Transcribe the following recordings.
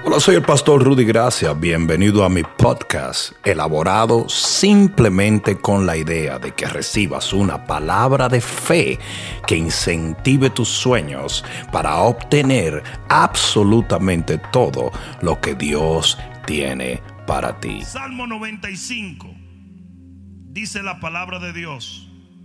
Hola, soy el pastor Rudy Gracia. Bienvenido a mi podcast, elaborado simplemente con la idea de que recibas una palabra de fe que incentive tus sueños para obtener absolutamente todo lo que Dios tiene para ti. Salmo 95 dice la palabra de Dios.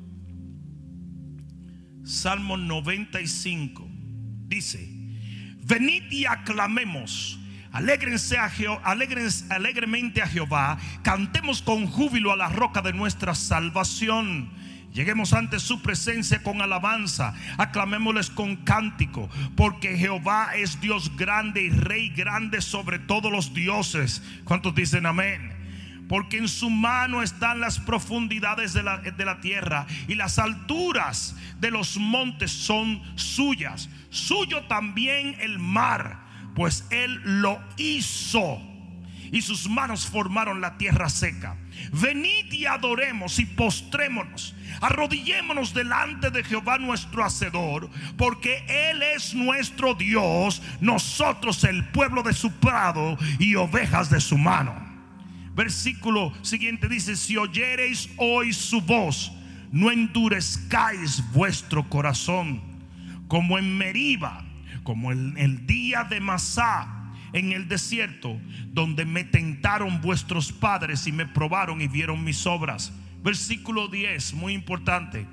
Salmo 95 dice: venid y aclamemos, alégrense alegremente a Jehová, cantemos con júbilo a la roca de nuestra salvación. Lleguemos ante su presencia con alabanza, aclamémosles con cántico, porque Jehová es Dios grande y Rey grande sobre todos los dioses. ¿Cuántos dicen amén? Porque en su mano están las profundidades de la tierra, y las alturas de los montes son suyas. Suyo también el mar, pues él lo hizo, y sus manos formaron la tierra seca. Venid y adoremos y postrémonos, arrodillémonos delante de Jehová nuestro hacedor, porque él es nuestro Dios, nosotros el pueblo de su prado y ovejas de su mano. Versículo siguiente dice: si oyereis hoy su voz, no endurezcáis vuestro corazón, como en Meriba, como en el día de Masá, en el desierto, donde me tentaron vuestros padres y me probaron y vieron mis obras. Versículo 10, muy importante: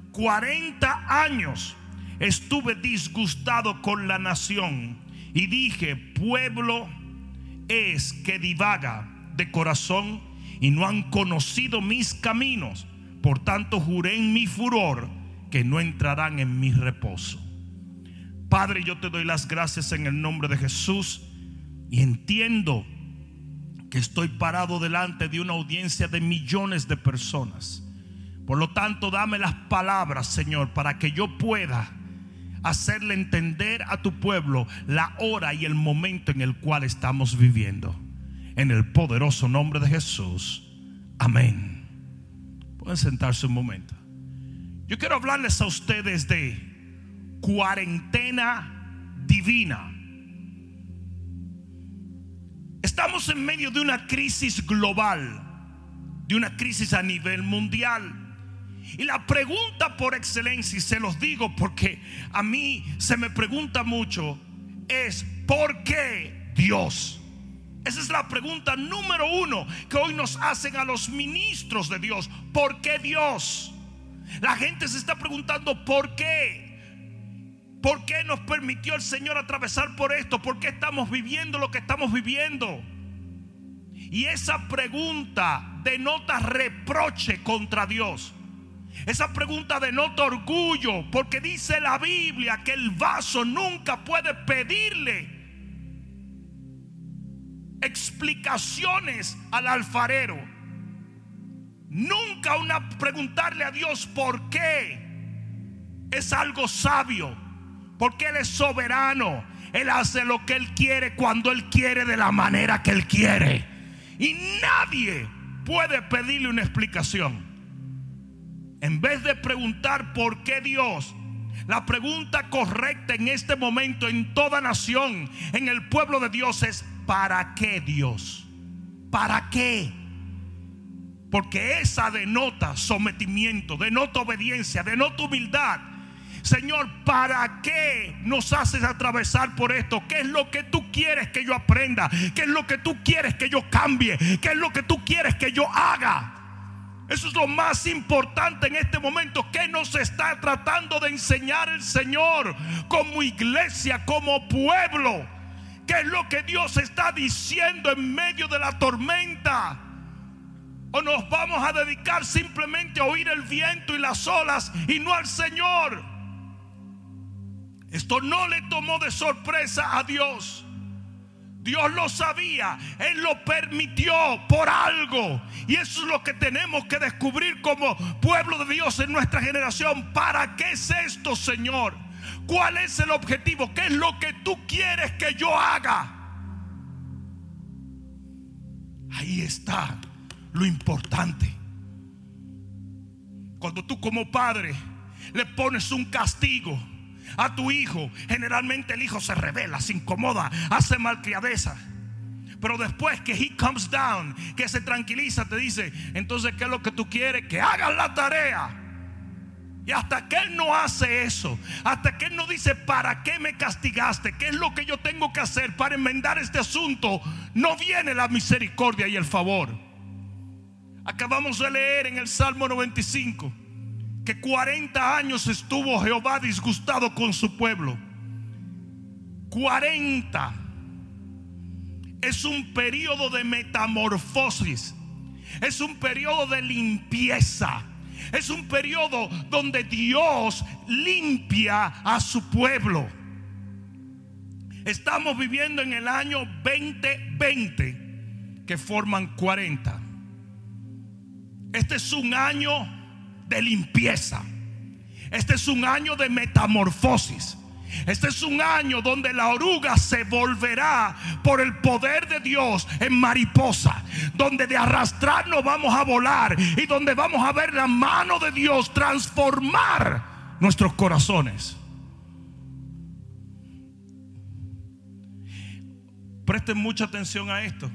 40 años estuve disgustado con la nación, y dije: pueblo es que divaga de corazón, y no han conocido mis caminos. Por tanto juré en mi furor que no entrarán en mi reposo. Padre, yo te doy las gracias en el nombre de Jesús, y entiendo que estoy parado delante de una audiencia de millones de personas. Por lo tanto, dame las palabras, Señor, para que yo pueda hacerle entender a tu pueblo la hora y el momento en el cual estamos viviendo. En el poderoso nombre de Jesús, amén. Pueden sentarse un momento. Yo quiero hablarles a ustedes de cuarentena divina. Estamos en medio de una crisis global, de una crisis a nivel mundial. Y la pregunta por excelencia, y se los digo porque a mí se me pregunta mucho, es: ¿por qué Dios? Esa es la pregunta número uno que hoy nos hacen a los ministros de Dios. ¿Por qué Dios? La gente se está preguntando ¿por qué? ¿Por qué nos permitió el Señor atravesar por esto? ¿Por qué estamos viviendo lo que estamos viviendo? Y esa pregunta denota reproche contra Dios. Esa pregunta denota orgullo, porque dice la Biblia que el vaso nunca puede pedirle explicaciones al alfarero. Nunca preguntarle a Dios por qué es algo sabio, porque Él es soberano. Él hace lo que Él quiere, cuando Él quiere, de la manera que Él quiere, y nadie puede pedirle una explicación. En vez de preguntar por qué Dios, la pregunta correcta en este momento en toda nación, en el pueblo de Dios, es: ¿para qué Dios? ¿Para qué? Porque esa denota sometimiento, denota obediencia, denota humildad. Señor, ¿para qué nos haces atravesar por esto? ¿Qué es lo que tú quieres que yo aprenda? ¿Qué es lo que tú quieres que yo cambie? ¿Qué es lo que tú quieres que yo haga? Eso es lo más importante en este momento. ¿Qué nos está tratando de enseñar el Señor como iglesia, como pueblo? ¿Qué es lo que Dios está diciendo en medio de la tormenta? ¿O nos vamos a dedicar simplemente a oír el viento y las olas y no al Señor? Esto no le tomó de sorpresa a Dios. Dios lo sabía, Él lo permitió por algo. Y eso es lo que tenemos que descubrir como pueblo de Dios en nuestra generación. ¿Para qué es esto, Señor? ¿Cuál es el objetivo? ¿Qué es lo que tú quieres que yo haga? Ahí está lo importante. Cuando tú como padre le pones un castigo, a tu hijo, generalmente el hijo se rebela, se incomoda, hace malcriadeza. Pero después que he comes down, que se tranquiliza, te dice: entonces, ¿qué es lo que tú quieres? Que hagas la tarea. Y hasta que él no hace eso, hasta que él no dice: ¿para qué me castigaste? ¿Qué es lo que yo tengo que hacer para enmendar este asunto? No viene la misericordia y el favor. Acabamos de leer en el Salmo 95 que 40 años estuvo Jehová disgustado con su pueblo. 40 es un periodo de metamorfosis, es un periodo de limpieza, es un periodo donde Dios limpia a su pueblo. Estamos viviendo en el año 2020, que forman 40. Este es un año de limpieza. Este es un año de metamorfosis. Este es un año donde la oruga se volverá por el poder de Dios en mariposa, donde de arrastrarnos vamos a volar y donde vamos a ver la mano de Dios transformar nuestros corazones. Presten mucha atención a esto.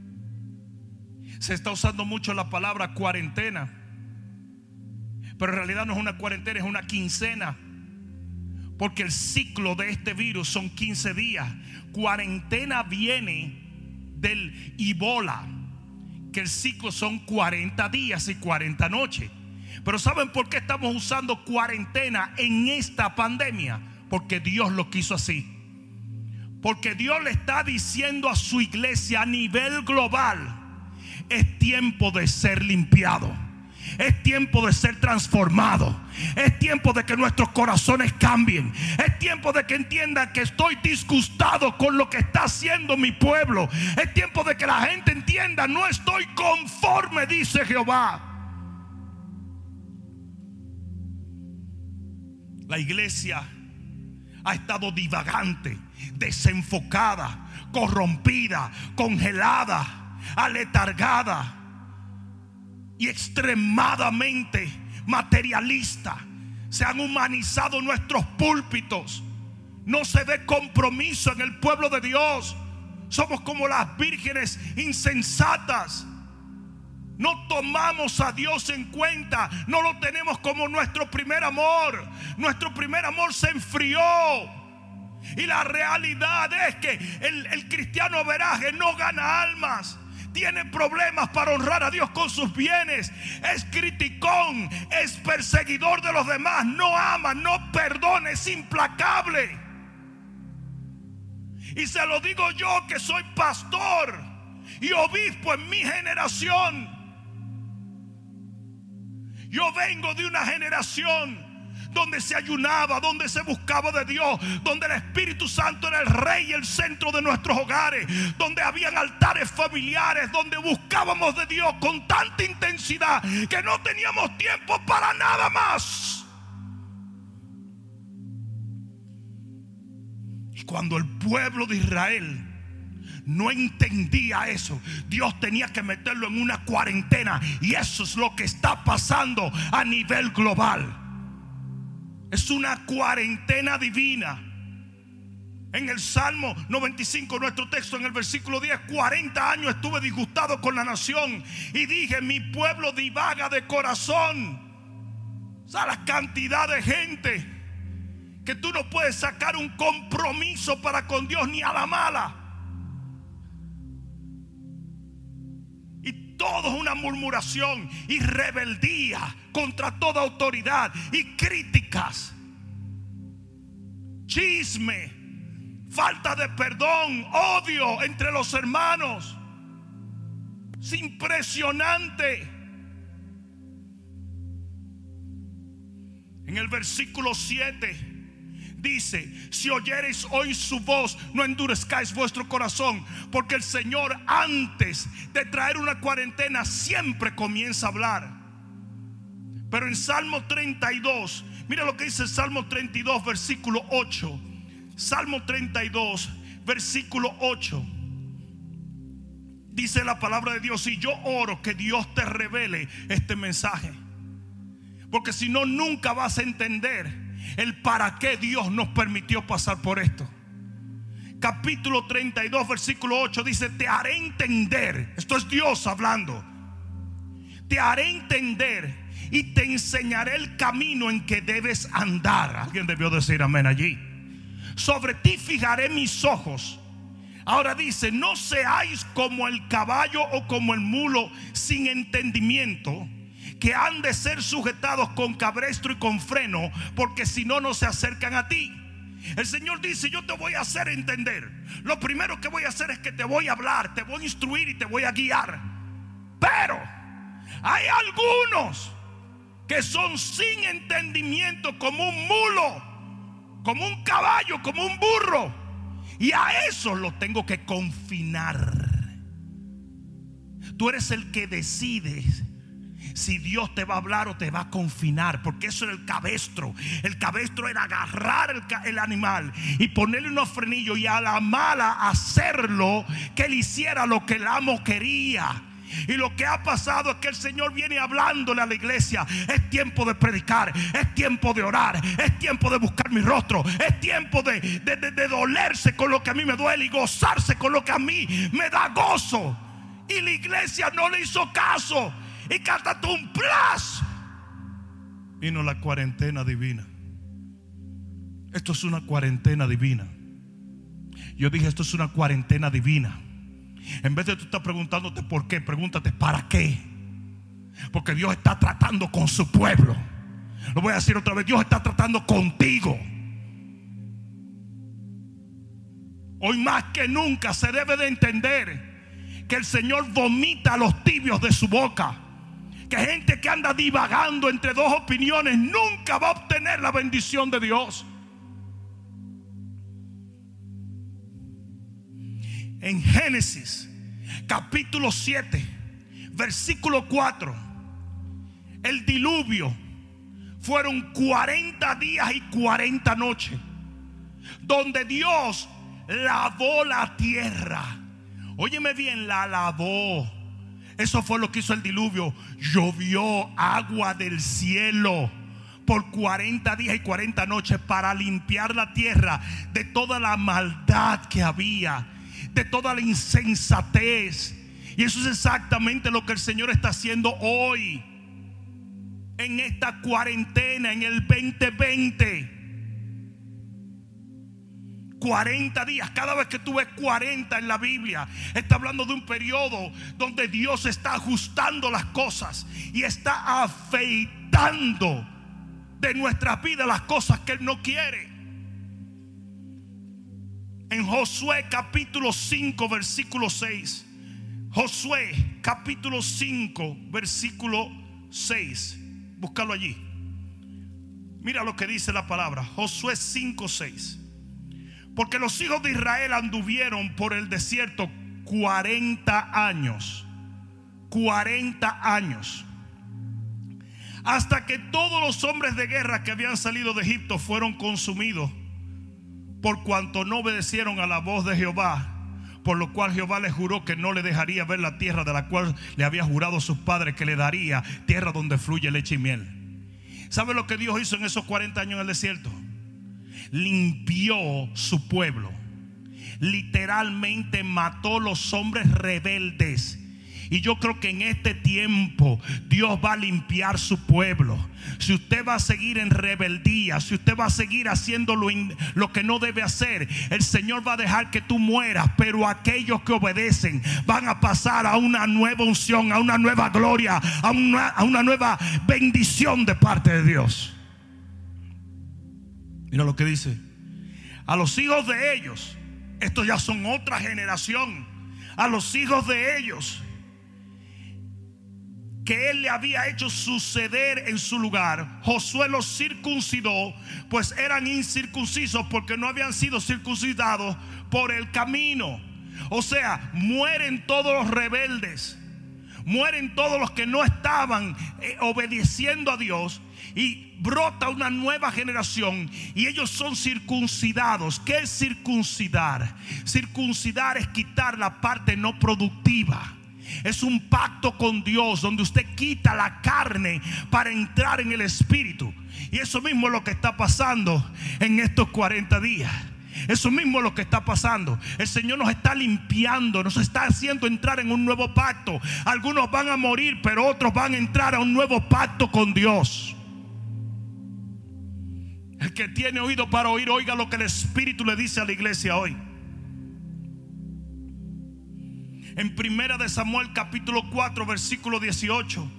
Se está usando mucho la palabra cuarentena, pero en realidad no es una cuarentena, es una quincena. Porque el ciclo de este virus son 15 días. Cuarentena viene del Ebola, que el ciclo son 40 días y 40 noches. Pero ¿saben por qué estamos usando cuarentena en esta pandemia? Porque Dios lo quiso así. Porque Dios le está diciendo a su iglesia a nivel global: es tiempo de ser limpiado. Es tiempo de ser transformado. Es tiempo de que nuestros corazones cambien. Es tiempo de que entiendan que estoy disgustado con lo que está haciendo mi pueblo. Es tiempo de que la gente entienda: no estoy conforme, dice Jehová. La iglesia ha estado divagante, desenfocada, corrompida, congelada, aletargada y extremadamente materialista. Se han humanizado nuestros púlpitos. No se ve compromiso en el pueblo de Dios. Somos como las vírgenes insensatas. No tomamos a Dios en cuenta. No lo tenemos como nuestro primer amor. Nuestro primer amor se enfrió. Y la realidad es que el cristiano veraje no gana almas. Tiene problemas para honrar a Dios con sus bienes. Es criticón, es perseguidor de los demás. No ama, no perdona, es implacable. Y se lo digo yo, que soy pastor y obispo en mi generación. Yo vengo de una generación donde se ayunaba, donde se buscaba de Dios, donde el Espíritu Santo era el rey y el centro de nuestros hogares, donde habían altares familiares, donde buscábamos de Dios con tanta intensidad que no teníamos tiempo para nada más. Y cuando el pueblo de Israel no entendía eso, Dios tenía que meterlo en una cuarentena. Y eso es lo que está pasando a nivel global. Es una cuarentena divina. En el Salmo 95, nuestro texto, en el versículo 10: 40 años estuve disgustado con la nación y dije: mi pueblo divaga de corazón. O sea, la cantidad de gente que tú no puedes sacar un compromiso para con Dios ni a la mala. Todo es una murmuración y rebeldía contra toda autoridad, y críticas, chisme, falta de perdón, odio entre los hermanos. Es impresionante. En el versículo 7 dice: si oyereis hoy su voz, no endurezcáis vuestro corazón, porque el Señor, antes de traer una cuarentena, siempre comienza a hablar. Pero en Salmo 32, mira lo que dice el Salmo 32, versículo 8. Salmo 32, versículo 8. Dice la palabra de Dios: y yo oro que Dios te revele este mensaje, porque si no, nunca vas a entender el para qué Dios nos permitió pasar por esto. Capítulo 32, versículo 8 dice: te haré entender. Esto es Dios hablando. Te haré entender y te enseñaré el camino en que debes andar. Alguien debió decir amén allí. Sobre ti fijaré mis ojos. Ahora dice: no seáis como el caballo o como el mulo sin entendimiento, que han de ser sujetados con cabestro y con freno, porque si no, no se acercan a ti. El Señor dice: yo te voy a hacer entender. Lo primero que voy a hacer es que te voy a hablar, te voy a instruir y te voy a guiar. Pero hay algunos que son sin entendimiento, como un mulo, como un caballo, como un burro, y a esos los tengo que confinar. Tú eres el que decides si Dios te va a hablar o te va a confinar, porque eso era el cabestro. El cabestro era agarrar el animal y ponerle unos frenillos, y a la mala hacerlo que él hiciera lo que el amo quería. Y lo que ha pasado es que el Señor viene hablándole a la iglesia: es tiempo de predicar, es tiempo de orar, es tiempo de buscar mi rostro, es tiempo de dolerse con lo que a mí me duele y gozarse con lo que a mí me da gozo. Y la iglesia no le hizo caso. Y cántate un plus. Vino la cuarentena divina. Esto es una cuarentena divina. Yo dije: esto es una cuarentena divina. En vez de tú estar preguntándote por qué, pregúntate para qué. Porque Dios está tratando con su pueblo. Lo voy a decir otra vez: Dios está tratando contigo. Hoy más que nunca se debe de entender que el Señor vomita a los tibios de su boca. Que gente que anda divagando entre dos opiniones nunca va a obtener la bendición de Dios. En Génesis capítulo 7, versículo 4, el diluvio fueron 40 días y 40 noches donde Dios lavó la tierra. Óyeme bien, la lavó. Eso fue lo que hizo el diluvio. Llovió agua del cielo por 40 días y 40 noches para limpiar la tierra de toda la maldad que había, de toda la insensatez. Y eso es exactamente lo que el Señor está haciendo hoy, en esta cuarentena, en el 2020. 40 días. Cada vez que tú ves 40 en la Biblia, está hablando de un periodo donde Dios está ajustando las cosas y está afeitando de nuestras vidas las cosas que Él no quiere. En Josué capítulo 5 versículo 6. Josué capítulo 5 versículo 6. Búscalo allí. Mira lo que dice la palabra. Josué 5, 6. Porque los hijos de Israel anduvieron por el desierto 40 años. 40 años. Hasta que todos los hombres de guerra que habían salido de Egipto fueron consumidos, por cuanto no obedecieron a la voz de Jehová. Por lo cual Jehová les juró que no le dejaría ver la tierra de la cual le había jurado a sus padres que le daría, tierra donde fluye leche y miel. ¿Sabe lo que Dios hizo en esos 40 años en el desierto? Limpió su pueblo. Literalmente mató los hombres rebeldes. Y yo creo que en este tiempo Dios va a limpiar su pueblo. Si usted va a seguir en rebeldía, si usted va a seguir haciendo lo que no debe hacer, el Señor va a dejar que tú mueras. Pero aquellos que obedecen van a pasar a una nueva unción, a una nueva gloria, a una nueva bendición de parte de Dios. Mira lo que dice: a los hijos de ellos, estos ya son otra generación, a los hijos de ellos que Él le había hecho suceder en su lugar, Josué los circuncidó, pues eran incircuncisos porque no habían sido circuncidados por el camino. O sea, mueren todos los rebeldes, mueren todos los que no estaban obedeciendo a Dios, y brota una nueva generación y ellos son circuncidados. ¿Qué es circuncidar? Circuncidar es quitar la parte no productiva. Es un pacto con Dios donde usted quita la carne para entrar en el espíritu. Y eso mismo es lo que está pasando en estos 40 días. Eso mismo es lo que está pasando. El Señor nos está limpiando, nos está haciendo entrar en un nuevo pacto. Algunos van a morir, pero otros van a entrar a un nuevo pacto con Dios. El que tiene oído para oír, oiga lo que el Espíritu le dice a la iglesia hoy. En 1 de Samuel capítulo 4 versículo 18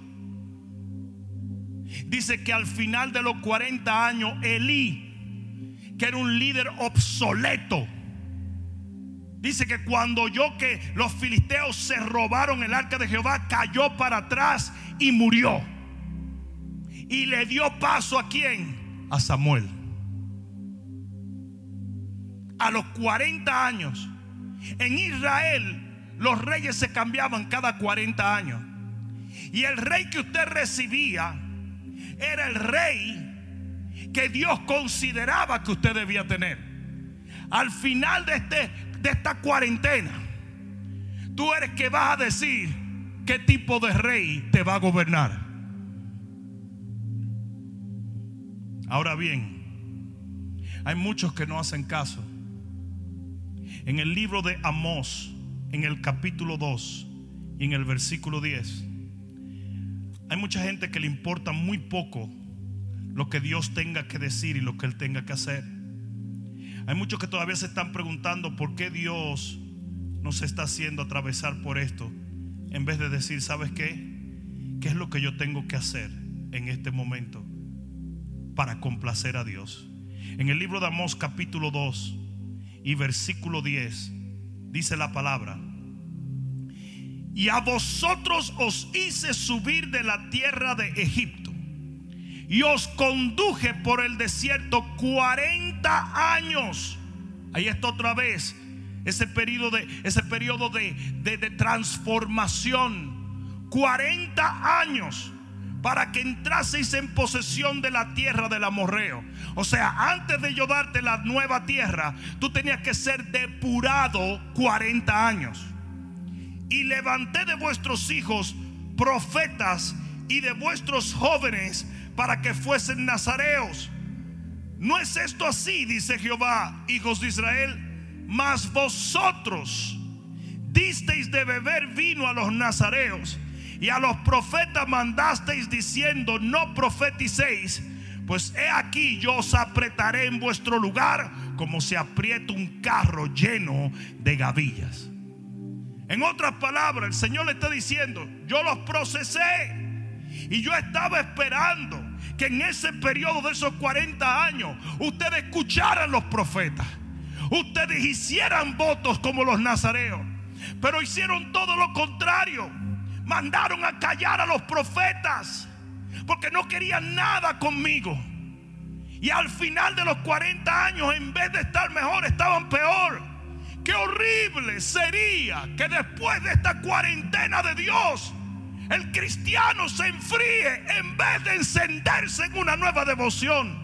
dice que al final de los 40 años Elí, que era un líder obsoleto, dice que cuando oyó que los filisteos se robaron el arca de Jehová, cayó para atrás y murió. Y le dio paso ¿a quién? A Samuel. A los 40 años. En Israel los reyes se cambiaban cada 40 años. Y el rey que usted recibía era el rey que Dios consideraba que usted debía tener. Al final de esta cuarentena, tú eres que vas a decir qué tipo de rey te va a gobernar. Ahora bien, hay muchos que no hacen caso. En el libro de Amós, en el capítulo 2 y en el versículo 10, hay mucha gente que le importa muy poco lo que Dios tenga que decir y lo que Él tenga que hacer. Hay muchos que todavía se están preguntando por qué Dios nos está haciendo atravesar por esto, en vez de decir, ¿sabes qué? ¿Qué es lo que yo tengo que hacer en este momento para complacer a Dios? En el libro de Amós capítulo 2 y versículo 10 dice la palabra: y a vosotros os hice subir de la tierra de Egipto y os conduje por el desierto 40 años. Ahí está otra vez ese periodo de transformación. 40 años para que entraseis en posesión de la tierra del amorreo. O sea, antes de yo darte la nueva tierra, tú tenías que ser depurado 40 años. Y levanté de vuestros hijos profetas y de vuestros jóvenes para que fuesen nazareos. ¿No es esto así? Dice Jehová, hijos de Israel. Mas vosotros disteis de beber vino a los nazareos, y a los profetas mandasteis diciendo, no profeticéis, pues he aquí yo os apretaré en vuestro lugar como se aprieta un carro lleno de gavillas. En otras palabras, el Señor le está diciendo, yo los procesé y yo estaba esperando que en ese periodo de esos 40 años ustedes escucharan los profetas, ustedes hicieran votos como los nazareos, pero hicieron todo lo contrario. Mandaron a callar a los profetas porque no querían nada conmigo. Y al final de los 40 años, en vez de estar mejor, estaban peor. Qué horrible sería que después de esta cuarentena de Dios, el cristiano se enfríe en vez de encenderse en una nueva devoción.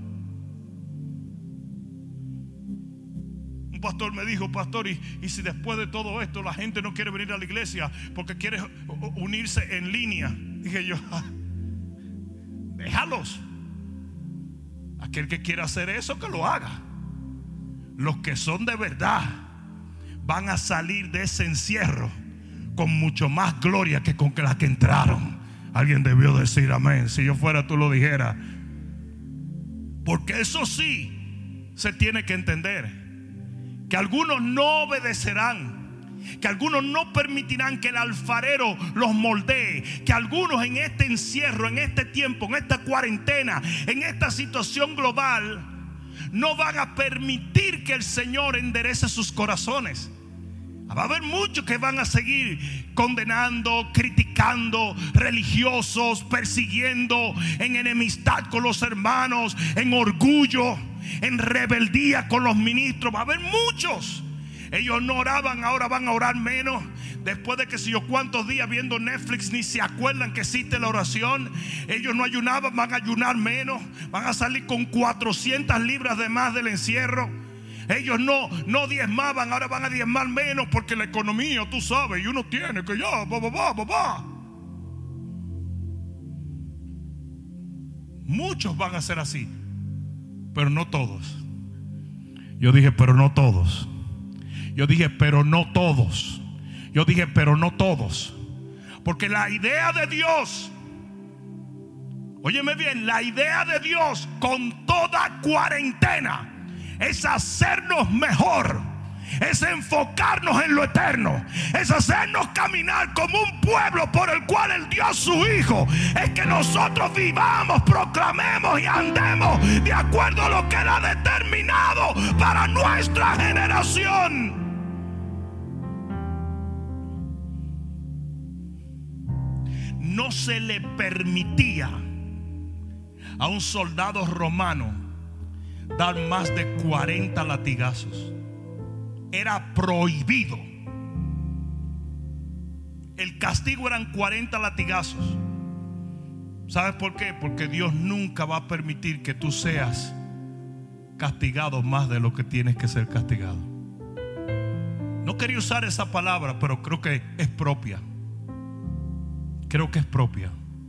Un pastor me dijo, pastor, y si después de todo esto la gente no quiere venir a la iglesia porque quiere unirse en línea. Dije yo, déjalos. Aquel que quiera hacer eso, que lo haga. Los que son de verdad van a salir de ese encierro con mucho más gloria que con la que entraron. Alguien debió decir amén. Si yo fuera, tú lo dijeras. Porque eso sí se tiene que entender, que algunos no obedecerán, que algunos no permitirán que el alfarero los moldee, que algunos en este encierro, en este tiempo, en esta cuarentena, en esta situación global, no van a permitir que el Señor enderece sus corazones. Va a haber muchos que van a seguir condenando, criticando, religiosos, persiguiendo, en enemistad con los hermanos, en orgullo, en rebeldía con los ministros. Va a haber muchos. Ellos no oraban, ahora van a orar menos. Después de que si yo cuántos días viendo Netflix ni se acuerdan que existe la oración. Ellos no ayunaban, van a ayunar menos. Van a salir con 400 libras de más del encierro. Ellos no diezmaban, ahora van a diezmar menos porque la economía, tú sabes, y uno tiene que ya, Muchos van a ser así, pero no todos. Yo dije, pero no todos. Yo dije, pero no todos. Yo dije, pero no todos. Porque la idea de Dios, óyeme bien, la idea de Dios con toda cuarentena es hacernos mejor, es enfocarnos en lo eterno, es hacernos caminar como un pueblo por el cual Él dio a su Hijo. Es que nosotros vivamos, proclamemos y andemos de acuerdo a lo que Él ha determinado para nuestra generación. No se le permitía a un soldado romano dar más de 40 latigazos. Era prohibido. El castigo eran 40 latigazos. ¿Sabes por qué? Porque Dios nunca va a permitir que tú seas castigado más de lo que tienes que ser castigado. No quería usar esa palabra, pero creo que es propia. Creo que es propia.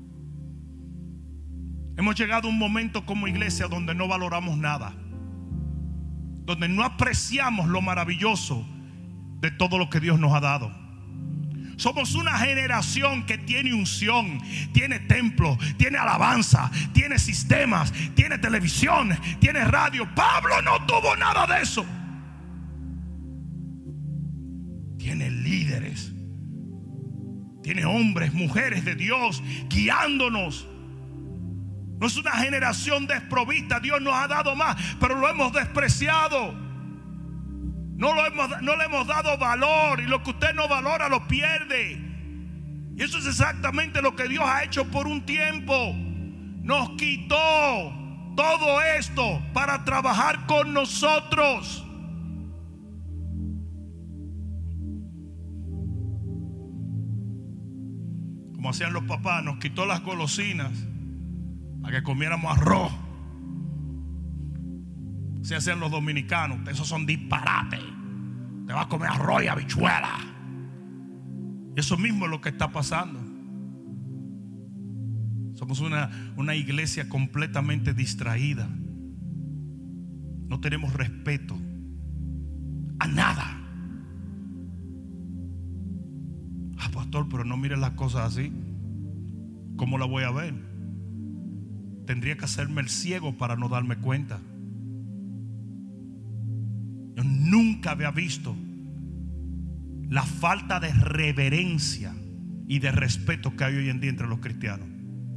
Hemos llegado a un momento como iglesia donde no valoramos nada, donde no apreciamos lo maravilloso de todo lo que Dios nos ha dado. Somos una generación que tiene unción, tiene templo, tiene alabanza, tiene sistemas, tiene televisión, tiene radio. Pablo no tuvo nada de eso. Tiene líderes, tiene hombres, mujeres de Dios guiándonos. No es una generación desprovista. Dios nos ha dado más, pero lo hemos despreciado. No le hemos dado valor, y lo que usted no valora lo pierde. Y eso es exactamente lo que Dios ha hecho por un tiempo. Nos quitó todo esto para trabajar con nosotros. Como hacían los papás, nos quitó las golosinas para que comiéramos arroz. Se hacían los dominicanos. Esos son disparates. Te vas a comer arroz y habichuela. Y eso mismo es lo que está pasando. Somos una iglesia completamente distraída. No tenemos respeto a nada. Ah, pastor, pero no mires las cosas así. ¿Cómo la voy a ver? Tendría que hacerme el ciego para no darme cuenta. Yo nunca había visto la falta de reverencia y de respeto que hay hoy en día entre los cristianos.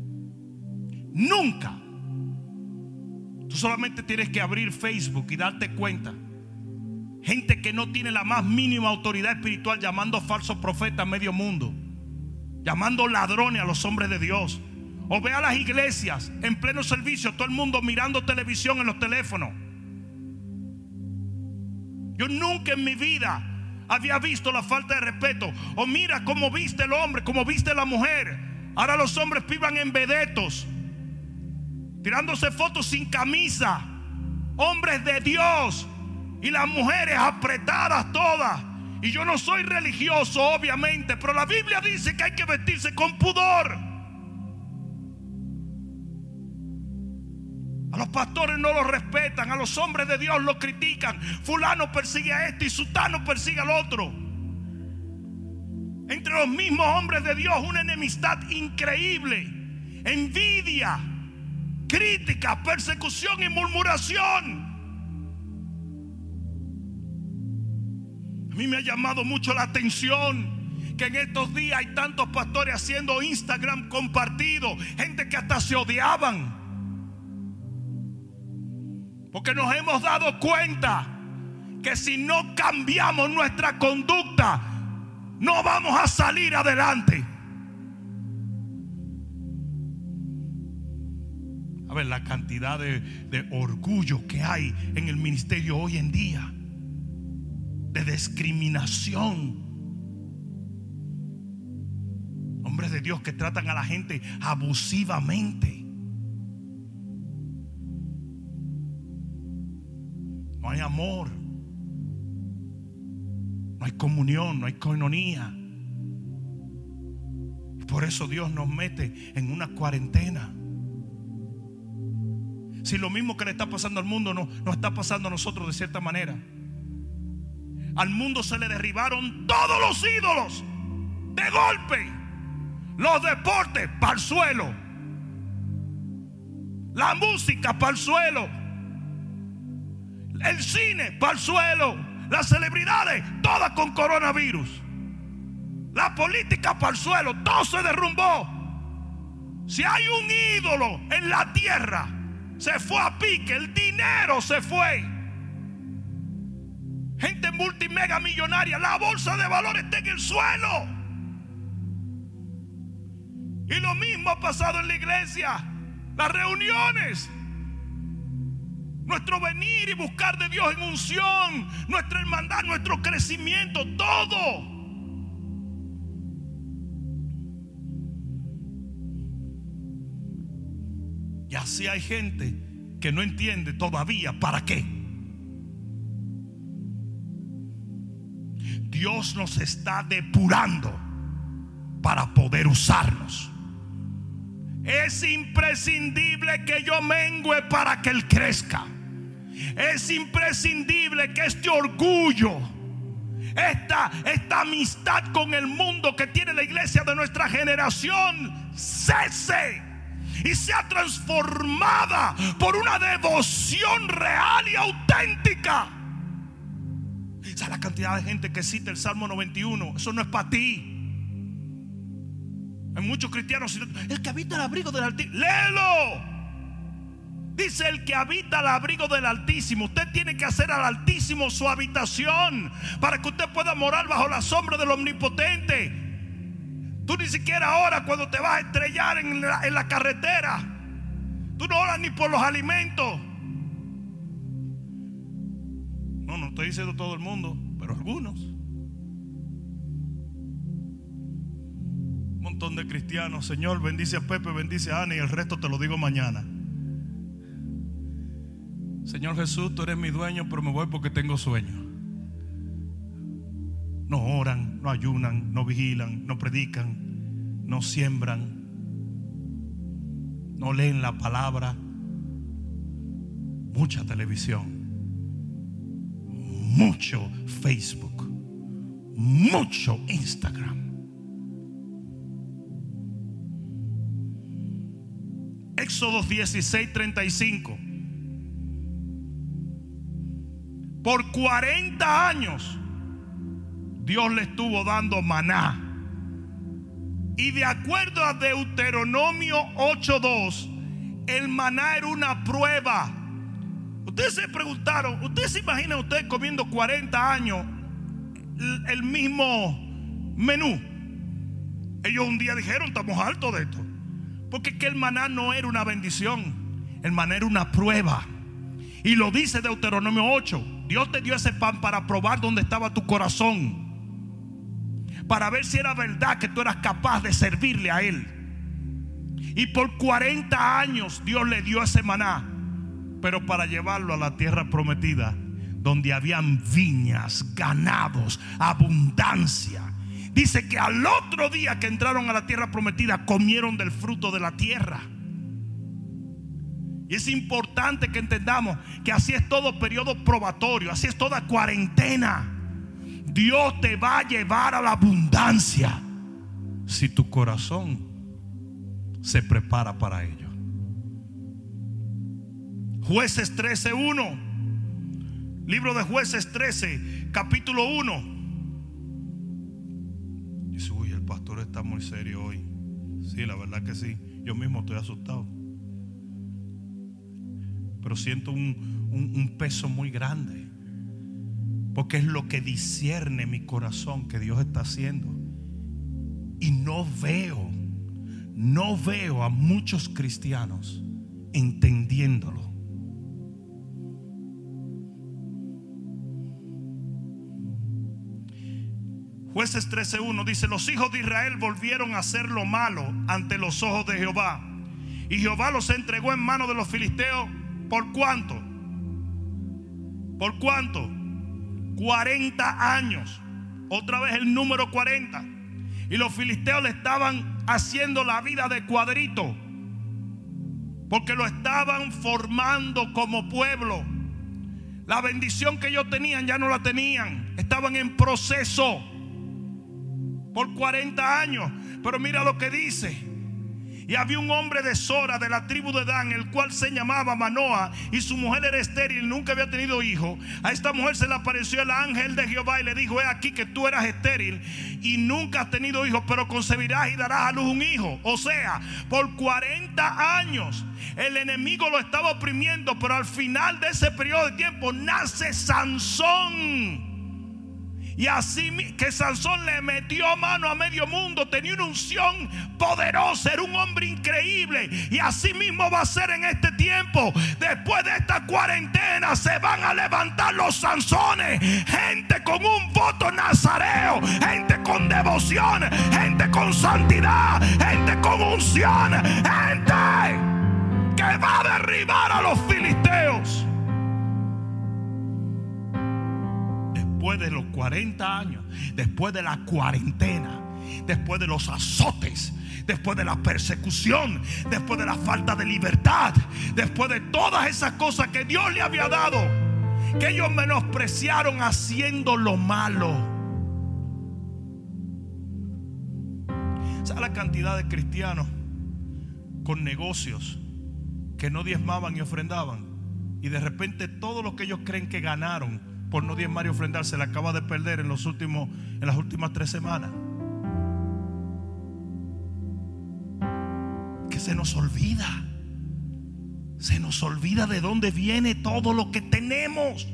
Nunca. Tú solamente tienes que abrir Facebook y darte cuenta. Gente que no tiene la más mínima autoridad espiritual, llamando falsos profetas a medio mundo, llamando ladrones a los hombres de Dios. O ve a las iglesias en pleno servicio, todo el mundo mirando televisión en los teléfonos. Yo nunca en mi vida había visto la falta de respeto. O mira cómo viste el hombre, cómo viste la mujer. Ahora los hombres vivan en vedetos, tirándose fotos sin camisa. Hombres de Dios, y las mujeres apretadas todas. Y yo no soy religioso, obviamente, pero la Biblia dice que hay que vestirse con pudor. A los pastores no los respetan, a los hombres de Dios los critican. Fulano persigue a este y sutano persigue al otro. Entre los mismos hombres de Dios una enemistad increíble, envidia, crítica, persecución y murmuración. A mí me ha llamado mucho la atención que en estos días hay tantos pastores haciendo Instagram compartido, gente que hasta se odiaban. Porque nos hemos dado cuenta que si no cambiamos nuestra conducta, no vamos a salir adelante. A ver, la cantidad de orgullo que hay en el ministerio hoy en día, de discriminación. Hombres de Dios que tratan a la gente abusivamente. No hay amor, no hay comunión, no hay coinonía. Y por eso Dios nos mete en una cuarentena. Si lo mismo que le está pasando al mundo nos está pasando a nosotros de cierta manera. Al mundo se le derribaron todos los ídolos de golpe. Los deportes para el suelo, la música para el suelo, el cine para el suelo, las celebridades todas con coronavirus, la política para el suelo, todo se derrumbó. Si hay un ídolo en la tierra, se fue a pique, el dinero se fue. Gente multimega millonaria, la bolsa de valores está en el suelo. Y lo mismo ha pasado en la iglesia. Las reuniones, nuestro venir y buscar de Dios en unción, nuestra hermandad, nuestro crecimiento, todo. Y así hay gente que no entiende todavía para qué. Dios nos está depurando para poder usarnos. Es imprescindible que yo mengüe para que Él crezca. Es imprescindible que este orgullo, esta amistad con el mundo que tiene la iglesia de nuestra generación cese y sea transformada por una devoción real y auténtica. ¿Sabes la cantidad de gente que cita el Salmo 91? Eso no es para ti. Hay muchos cristianos, el que habita el abrigo del Altísimo. Léelo. Dice el que habita el abrigo del Altísimo. Usted tiene que hacer al Altísimo su habitación para que usted pueda morar bajo la sombra del Omnipotente. Tú ni siquiera oras cuando te vas a estrellar en la carretera. Tú no oras ni por los alimentos. No estoy diciendo todo el mundo, pero algunos. Un montón de cristianos. Señor, bendice a Pepe, bendice a Ana, y el resto te lo digo mañana. Señor Jesús, tú eres mi dueño, pero me voy porque tengo sueño. No oran, no ayunan, no vigilan, no predican, no siembran, no leen la palabra. Mucha televisión, mucho Facebook, mucho Instagram. Éxodo 16:35. Por 40 años Dios le estuvo dando maná. Y de acuerdo a Deuteronomio 8:2, el maná era una prueba. Ustedes se preguntaron, ¿ustedes se imaginan ustedes comiendo 40 años el mismo menú? Ellos un día dijeron, estamos hartos de esto. Porque es que el maná no era una bendición, el maná era una prueba. Y lo dice Deuteronomio 8. Dios te dio ese pan para probar dónde estaba tu corazón, para ver si era verdad que tú eras capaz de servirle a Él. Y por 40 años Dios le dio ese maná, pero para llevarlo a la tierra prometida, donde habían viñas, ganados, abundancia. Dice que al otro día que entraron a la tierra prometida, comieron del fruto de la tierra. Y es importante que entendamos que así es todo periodo probatorio, así es toda cuarentena. Dios te va a llevar a la abundancia si tu corazón se prepara para ello. Jueces 13:1. Libro de Jueces 13, capítulo 1. Dice, uy, el pastor está muy serio hoy. Sí, la verdad que sí. Yo mismo estoy asustado. Pero siento un peso muy grande, porque es lo que discierne mi corazón que Dios está haciendo. Y no veo a muchos cristianos entendiéndolo. Jueces 13:1 dice: los hijos de Israel volvieron a hacer lo malo ante los ojos de Jehová, y Jehová los entregó en manos de los filisteos. ¿Por cuánto? ¿Por cuánto? 40 años. Otra vez el número 40. Y los filisteos le estaban haciendo la vida de cuadrito. porque lo estaban formando como pueblo. La bendición que ellos tenían ya no la tenían. Estaban en proceso por 40 años. Pero mira lo que dice. Y había un hombre de Sora, de la tribu de Dan, el cual se llamaba Manoa, y su mujer era estéril, nunca había tenido hijo. A esta mujer se le apareció el ángel de Jehová y le dijo: he aquí que tú eras estéril y nunca has tenido hijo, pero concebirás y darás a luz un hijo. O sea, por 40 años el enemigo lo estaba oprimiendo, pero al final de ese periodo de tiempo nace Sansón. Y así que Sansón le metió mano a medio mundo. Tenía una unción poderosa, era un hombre increíble. Y así mismo va a ser en este tiempo. Después de esta cuarentena se van a levantar los Sansones. Gente con un voto nazareo, gente con devoción, gente con santidad, gente con unción, gente que va a derribar a los filisteos. Después de los 40 años, después de la cuarentena, después de los azotes, después de la persecución, después de la falta de libertad, después de todas esas cosas que Dios le había dado, que ellos menospreciaron haciendo lo malo. ¿Sabe la cantidad de cristianos con negocios que no diezmaban y ofrendaban? Y de repente todo lo que ellos creen que ganaron por no diezmar y ofrendar se le acaba de perder en las últimas 3 semanas. Que se nos olvida de dónde viene todo lo que tenemos.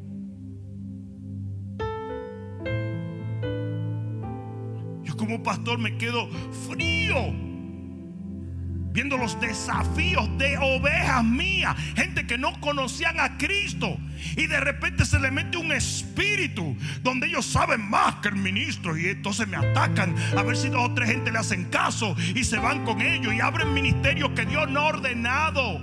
Yo como pastor me quedo frío viendo los desafíos de ovejas mías, gente que no conocían a Cristo, y de repente se le mete un espíritu donde ellos saben más que el ministro, y entonces me atacan a ver si 2 o 3 gente le hacen caso y se van con ellos y abren ministerios que Dios no ha ordenado.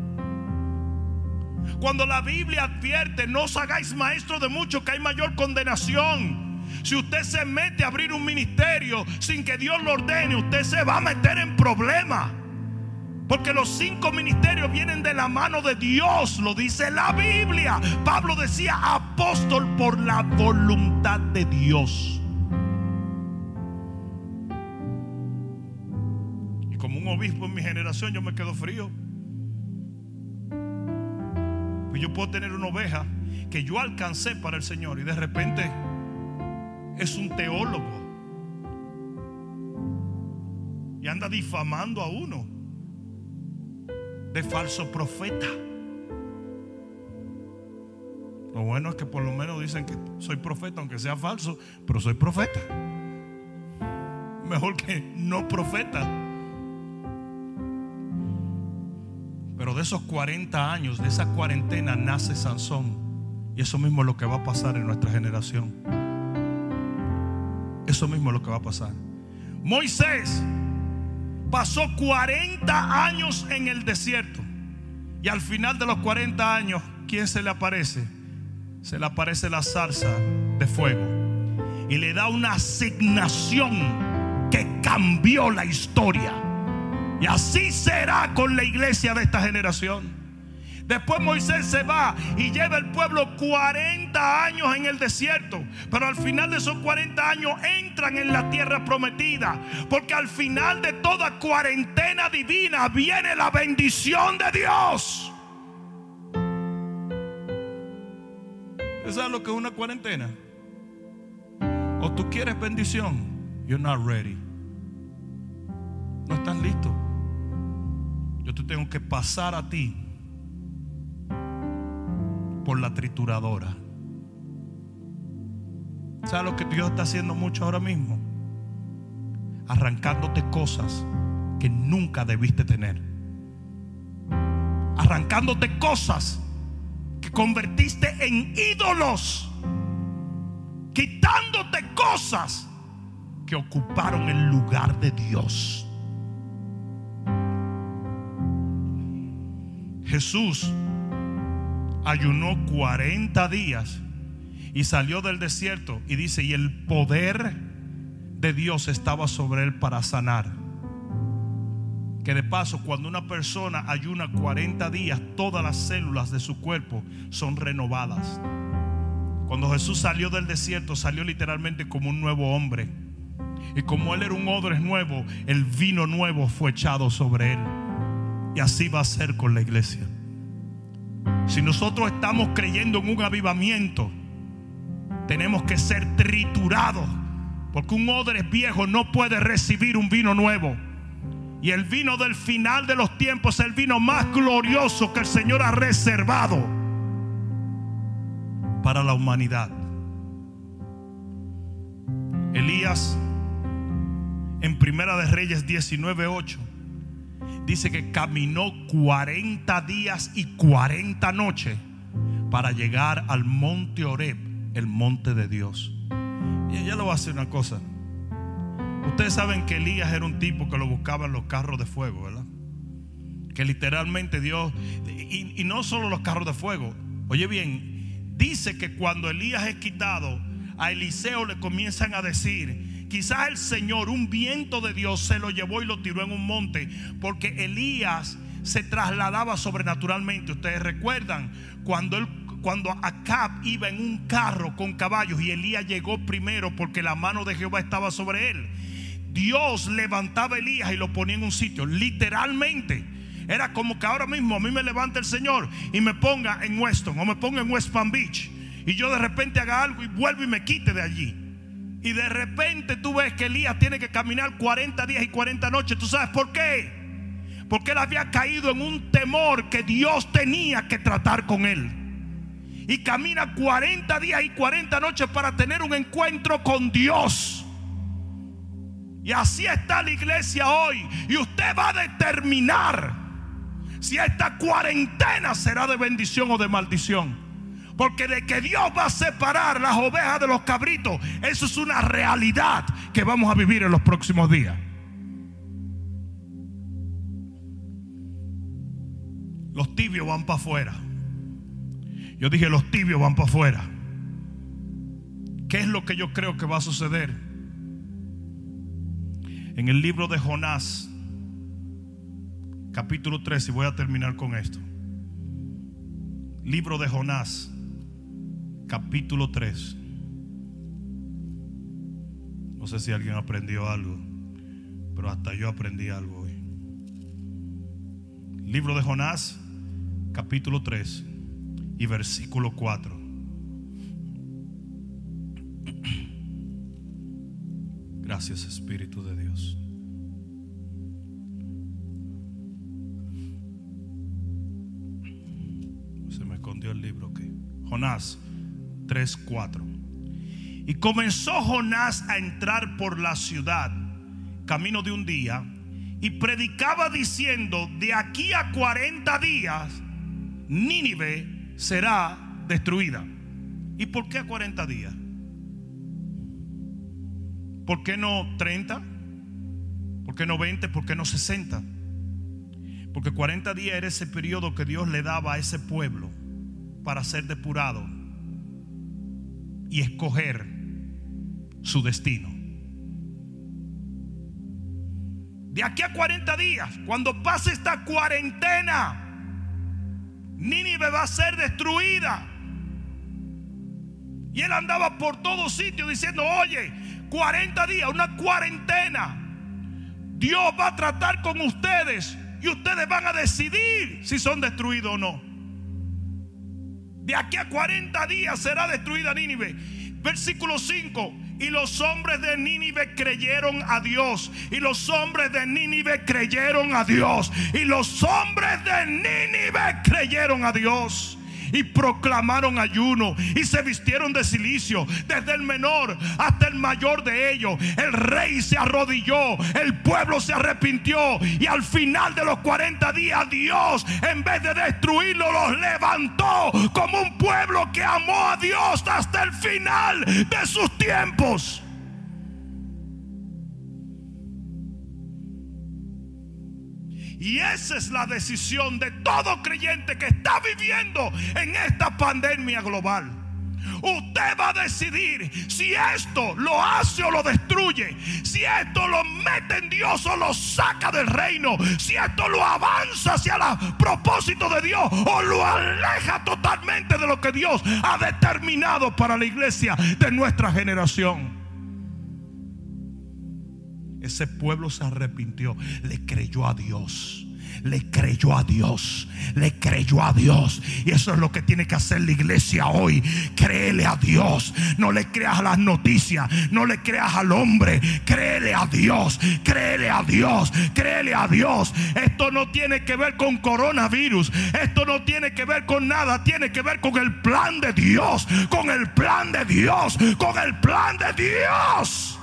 Cuando la Biblia advierte: no os hagáis maestros de muchos, que hay mayor condenación. Si usted se mete a abrir un ministerio sin que Dios lo ordene, usted se va a meter en problemas. Porque los 5 ministerios vienen de la mano de Dios, lo dice la Biblia. Pablo decía: apóstol por la voluntad de Dios. Y como un obispo en mi generación, yo me quedo frío. Pues yo puedo tener una oveja que yo alcancé para el Señor y de repente es un teólogo y anda difamando a uno de falso profeta. Lo bueno es que por lo menos dicen que soy profeta, aunque sea falso, pero soy profeta. Mejor que no profeta. Pero de esos 40 años, de esa cuarentena, nace Sansón. Y eso mismo es lo que va a pasar en nuestra generación. Eso mismo es lo que va a pasar. Moisés pasó 40 años en el desierto. Y al final de los 40 años, ¿quién se le aparece? Se le aparece la zarza de fuego. Y le da una asignación que cambió la historia. Y así será con la iglesia de esta generación. Después Moisés se va y lleva al pueblo 40 años en el desierto. Pero al final de esos 40 años entran en la tierra prometida. Porque al final de toda cuarentena divina viene la bendición de Dios. ¿Usted sabe lo que es una cuarentena? O tú quieres bendición, you're not ready. No estás listo. Yo te tengo que pasar a ti por la trituradora. ¿Sabes lo que Dios está haciendo mucho ahora mismo? Arrancándote cosas que nunca debiste tener. Arrancándote cosas que convertiste en ídolos. Quitándote cosas que ocuparon el lugar de Dios. Jesús ayunó 40 días y salió del desierto, y dice: y el poder de Dios estaba sobre él para sanar. Que de paso, cuando una persona ayuna 40 días, todas las células de su cuerpo son renovadas. Cuando Jesús salió del desierto, salió literalmente como un nuevo hombre. Y como él era un odre nuevo, el vino nuevo fue echado sobre él. Y así va a ser con la iglesia. Si nosotros estamos creyendo en un avivamiento, tenemos que ser triturados, porque un odre viejo no puede recibir un vino nuevo. Y el vino del final de los tiempos es el vino más glorioso que el Señor ha reservado para la humanidad. Elías, en Primera de Reyes 19:8, dice que caminó 40 días y 40 noches para llegar al monte Horeb, el monte de Dios. Y ya le voy a hacer una cosa. Ustedes saben que Elías era un tipo que lo buscaba en los carros de fuego, ¿verdad? Que literalmente Dios, y no solo los carros de fuego. Oye bien, dice que cuando Elías es quitado, a Eliseo le comienzan a decir: quizás el Señor, un viento de Dios, se lo llevó y lo tiró en un monte, porque Elías se trasladaba sobrenaturalmente. Ustedes recuerdan cuando Acab iba en un carro con caballos y Elías llegó primero porque la mano de Jehová estaba sobre él. Dios levantaba a Elías y lo ponía en un sitio. Literalmente era como que ahora mismo a mí me levanta el Señor y me ponga en Weston o me ponga en West Palm Beach, y yo de repente haga algo y vuelvo y me quite de allí. Y de repente tú ves que Elías tiene que caminar 40 días y 40 noches. ¿Tú sabes por qué? Porque él había caído en un temor que Dios tenía que tratar con él. Y camina 40 días y 40 noches para tener un encuentro con Dios. Y así está la iglesia hoy. Y usted va a determinar si esta cuarentena será de bendición o de maldición. Porque de que Dios va a separar las ovejas de los cabritos, eso es una realidad que vamos a vivir en los próximos días. Los tibios van para afuera. Yo dije, los tibios van para afuera. ¿Qué es lo que yo creo que va a suceder? En el libro de Jonás, capítulo 3, y voy a terminar con esto. Libro de Jonás, capítulo 3. No sé si alguien aprendió algo, pero hasta yo aprendí algo hoy. Libro de Jonás, capítulo 3 y versículo 4. Gracias, Espíritu de Dios. Se me escondió el libro aquí. Jonás 3:4. Y comenzó Jonás a entrar por la ciudad, camino de un día, y predicaba diciendo: de aquí a 40 días Nínive será destruida. ¿Y por qué a 40 días? ¿Por qué no 30? ¿Por qué no 20? ¿Por qué no 60? Porque 40 días era ese periodo que Dios le daba a ese pueblo para ser depurado y escoger su destino. De aquí a 40 días, cuando pase esta cuarentena, Nínive va a ser destruida. Y él andaba por todos sitios diciendo: oye, 40 días, una cuarentena. Dios va a tratar con ustedes y ustedes van a decidir si son destruidos o no. De aquí a 40 días será destruida Nínive. Versículo 5. Y los hombres de Nínive creyeron a Dios. Y los hombres de Nínive creyeron a Dios. Y los hombres de Nínive creyeron a Dios. Y proclamaron ayuno y se vistieron de cilicio, desde el menor hasta el mayor de ellos. El rey se arrodilló, el pueblo se arrepintió, y al final de los 40 días Dios, en vez de destruirlo, los levantó como un pueblo que amó a Dios hasta el final de sus tiempos. Y esa es la decisión de todo creyente que está viviendo en esta pandemia global. Usted va a decidir si esto lo hace o lo destruye, si esto lo mete en Dios o lo saca del reino, si esto lo avanza hacia el propósito de Dios o lo aleja totalmente de lo que Dios ha determinado para la iglesia de nuestra generación. Ese pueblo se arrepintió, le creyó a Dios. Le creyó a Dios, le creyó a Dios. Y eso es lo que tiene que hacer la iglesia hoy. Créele a Dios. No le creas a las noticias, no le creas al hombre. Créele a Dios, créele a Dios, créele a Dios. Esto no tiene que ver con coronavirus, esto no tiene que ver con nada. Tiene que ver con el plan de Dios, con el plan de Dios, con el plan de Dios.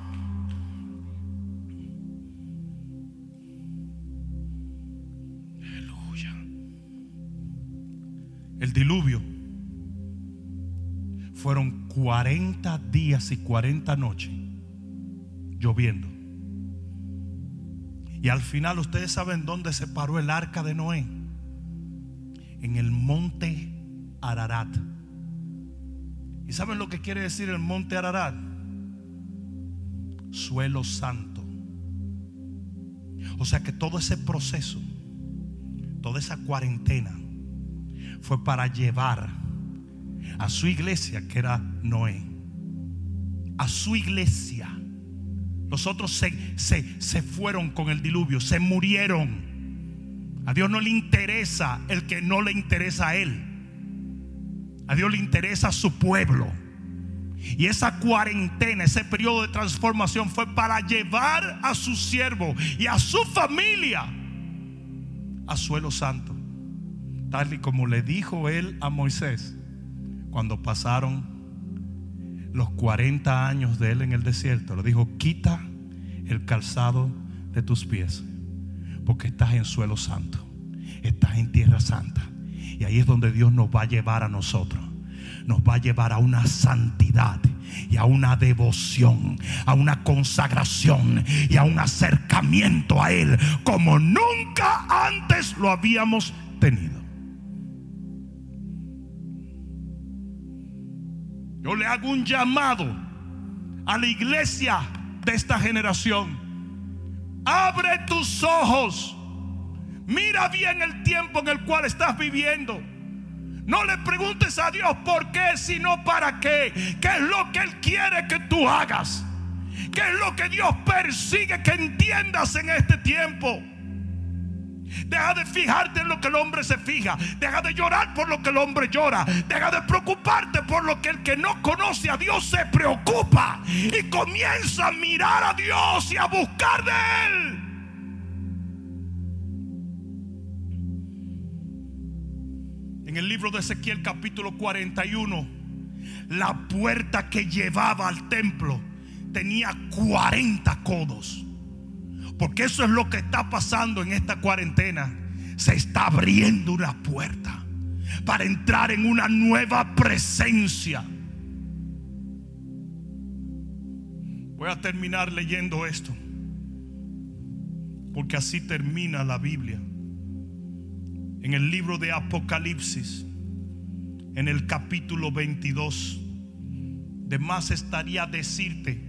El diluvio fueron 40 días y 40 noches lloviendo. Y al final, ustedes saben dónde se paró el arca de Noé. En el monte Ararat. ¿Y saben lo que quiere decir el monte Ararat? Suelo santo. O sea que todo ese proceso, toda esa cuarentena, fue para llevar a su iglesia, que era Noé, a su iglesia. Los otros se fueron con el diluvio, se murieron. A Dios no le interesa el que no le interesa a Él. A Dios le interesa a su pueblo. Y esa cuarentena, ese periodo de transformación, fue para llevar a su siervo y a su familia a suelo santo, tal y como le dijo él a Moisés cuando pasaron los 40 años de él en el desierto. Le dijo: quita el calzado de tus pies, porque estás en suelo santo, estás en tierra santa. Y ahí es donde Dios nos va a llevar a nosotros. Nos va a llevar a una santidad y a una devoción, a una consagración y a un acercamiento a Él como nunca antes lo habíamos tenido. Yo le hago un llamado a la iglesia de esta generación: abre tus ojos, mira bien el tiempo en el cual estás viviendo. No le preguntes a Dios por qué, sino para qué. ¿Qué es lo que Él quiere que tú hagas? ¿Qué es lo que Dios persigue que entiendas en este tiempo? Deja de fijarte en lo que el hombre se fija. Deja de llorar por lo que el hombre llora. Deja de preocuparte por lo que el que no conoce a Dios se preocupa. Y comienza a mirar a Dios y a buscar de Él. En el libro de Ezequiel capítulo 41, la puerta que llevaba al templo tenía 40 codos. Porque eso es lo que está pasando en esta cuarentena. Se está abriendo una puerta para entrar en una nueva presencia. Voy a terminar leyendo esto, porque así termina la Biblia. En el libro de Apocalipsis, en el capítulo 22, de más estaría decirte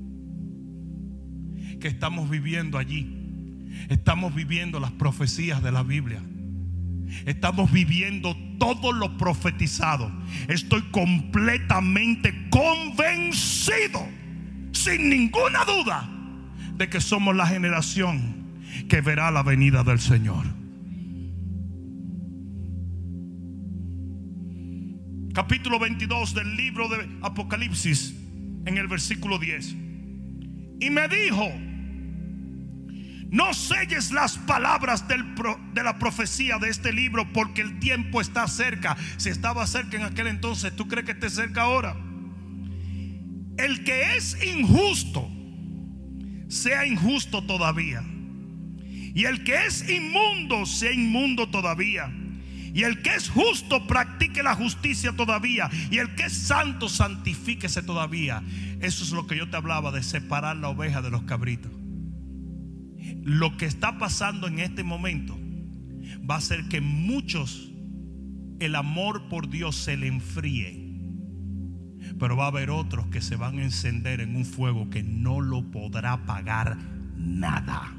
que estamos viviendo allí. Estamos viviendo las profecías de la Biblia. Estamos viviendo todo lo profetizado. Estoy completamente convencido, sin ninguna duda, de que somos la generación que verá la venida del Señor. Capítulo 22 del libro de Apocalipsis, en el versículo 10. Y me dijo: no selles las palabras de la profecía de este libro, porque el tiempo está cerca. Si estaba cerca en aquel entonces, ¿tú crees que esté cerca ahora? El que es injusto sea injusto todavía, y el que es inmundo sea inmundo todavía, y el que es justo practique la justicia todavía, y el que es santo santifíquese todavía. Eso es lo que yo te hablaba, de separar la oveja de los cabritos. Lo que está pasando en este momento va a hacer que muchos, el amor por Dios se le enfríe. Pero va a haber otros que se van a encender en un fuego que no lo podrá apagar nada.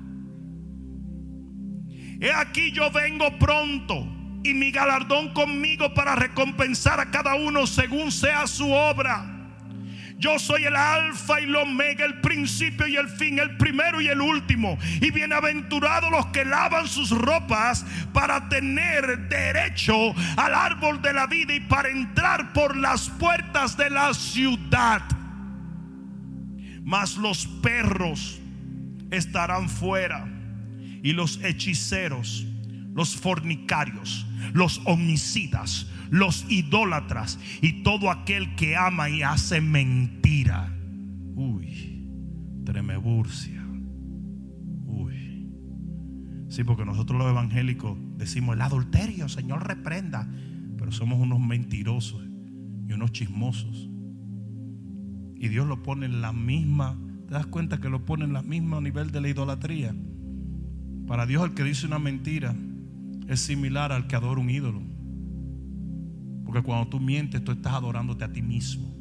He aquí yo vengo pronto, y mi galardón conmigo para recompensar a cada uno según sea su obra. Yo soy el alfa y el omega, el principio y el fin, el primero y el último. Y bienaventurados los que lavan sus ropas para tener derecho al árbol de la vida y para entrar por las puertas de la ciudad. Mas los perros estarán fuera, y los hechiceros, los fornicarios, los homicidas, los idólatras y todo aquel que ama y hace mentira. Tremeburcia. Sí, porque nosotros los evangélicos decimos el adulterio, Señor reprenda, pero somos unos mentirosos y unos chismosos. Y Dios lo pone en la misma. ¿Te das cuenta que lo pone en el mismo nivel de la idolatría? Para Dios, el que dice una mentira es similar al que adora un ídolo. Porque cuando tú mientes, tú estás adorándote a ti mismo.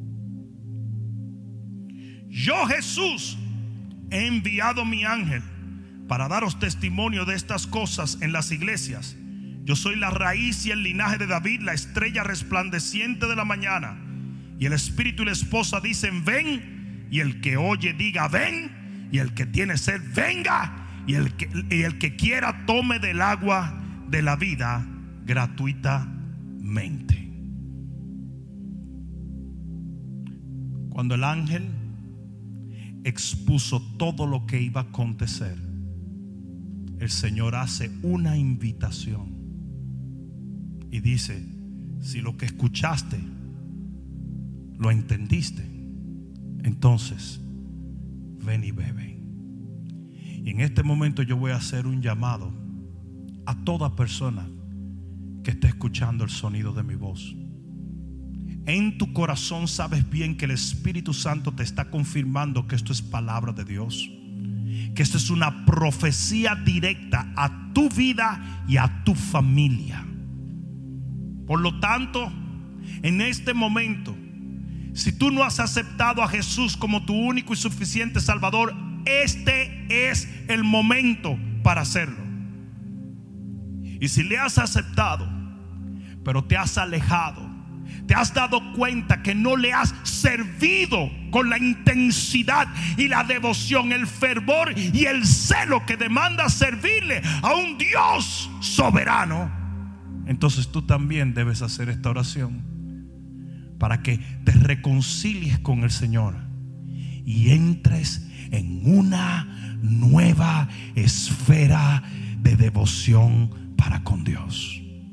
Yo, Jesús, he enviado mi ángel para daros testimonio de estas cosas en las iglesias. Yo soy la raíz y el linaje de David, la estrella resplandeciente de la mañana. Y el espíritu y la esposa dicen ven, y el que oye diga ven, y el que tiene sed venga, y el que quiera tome del agua de la vida gratuitamente. Cuando el ángel expuso todo lo que iba a acontecer, el Señor hace una invitación y dice: si lo que escuchaste lo entendiste, entonces ven y bebe. Y en este momento yo voy a hacer un llamado a toda persona que esté escuchando el sonido de mi voz. En tu corazón sabes bien que el Espíritu Santo te está confirmando que esto es palabra de Dios, que esto es una profecía directa a tu vida y a tu familia. Por lo tanto, en este momento, si tú no has aceptado a Jesús como tu único y suficiente Salvador, este es el momento para hacerlo. Y si le has aceptado, pero te has alejado, te has dado cuenta que no le has servido con la intensidad y la devoción, el fervor y el celo que demanda servirle a un Dios soberano, entonces tú también debes hacer esta oración para que te reconcilies con el Señor y entres en una nueva esfera de devoción para con Dios.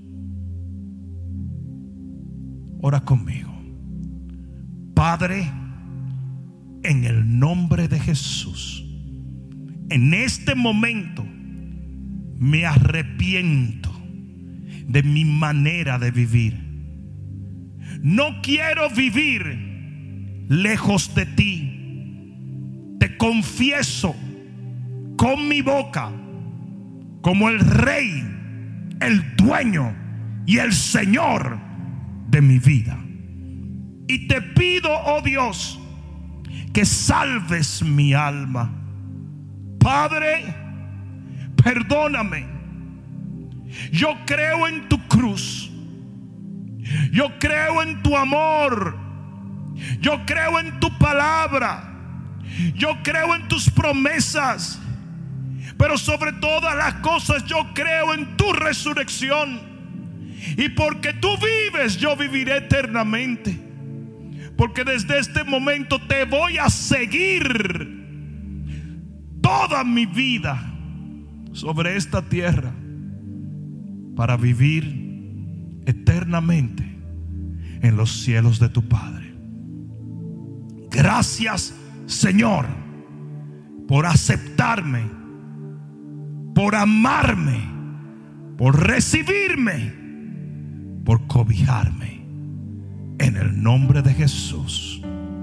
Ora conmigo. Padre, en el nombre de Jesús, en este momento me arrepiento de mi manera de vivir. No quiero vivir lejos de ti. Te confieso con mi boca como el Rey, el dueño y el Señor de mi vida. Y te pido, oh Dios, que salves mi alma. Padre, perdóname. Yo creo en tu cruz. Yo creo en tu amor. Yo creo en tu palabra. Yo creo en tus promesas. Pero sobre todas las cosas yo creo en tu resurrección. Y porque tú vives, yo viviré eternamente. Porque desde este momento te voy a seguir toda mi vida sobre esta tierra para vivir eternamente en los cielos de tu Padre. Gracias, Señor, por aceptarme, por amarme, por recibirme, por cobijarme. En el nombre de Jesús.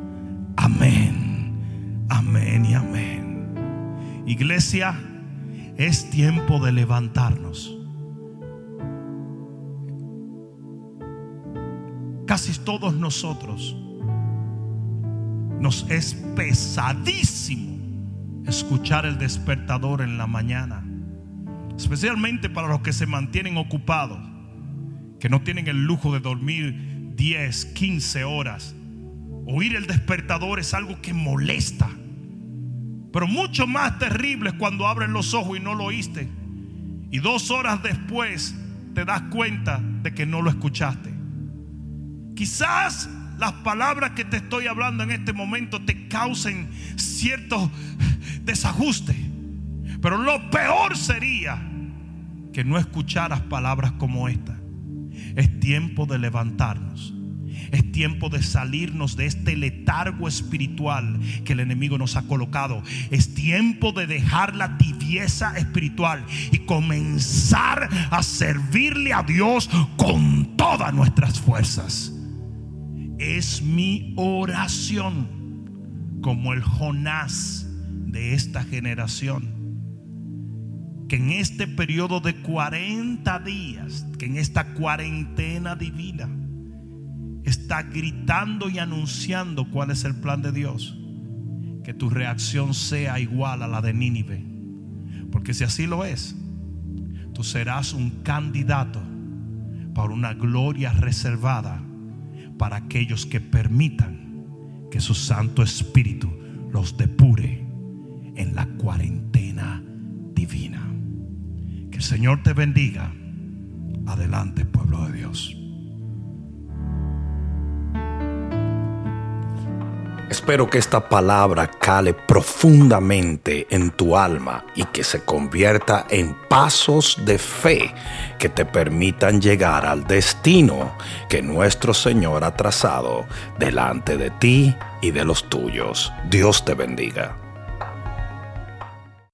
Amén, amén y amén. Iglesia, es tiempo de levantarnos. Casi todos nosotros nos es pesadísimo escuchar el despertador en la mañana, especialmente para los que se mantienen ocupados, que no tienen el lujo de dormir 10, 15 horas. Oír el despertador es algo que molesta. Pero mucho más terrible es cuando abres los ojos y no lo oíste, y 2 horas después te das cuenta de que no lo escuchaste. Quizás las palabras que te estoy hablando en este momento te causen cierto desajuste, pero lo peor sería que no escucharas palabras como esta. Es tiempo de levantarnos. Es tiempo de salirnos de este letargo espiritual que el enemigo nos ha colocado. Es tiempo de dejar la tibieza espiritual y comenzar a servirle a Dios con todas nuestras fuerzas. Es mi oración, como el Jonás de esta generación, que en este periodo de 40 días, que en esta cuarentena divina, está gritando y anunciando cuál es el plan de Dios. Que tu reacción sea igual a la de Nínive, porque si así lo es, tú serás un candidato para una gloria reservada para aquellos que permitan que su Santo Espíritu los depure en la cuarentena divina. Que el Señor te bendiga. Adelante, pueblo de Dios. Espero que esta palabra cale profundamente en tu alma y que se convierta en pasos de fe que te permitan llegar al destino que nuestro Señor ha trazado delante de ti y de los tuyos. Dios te bendiga.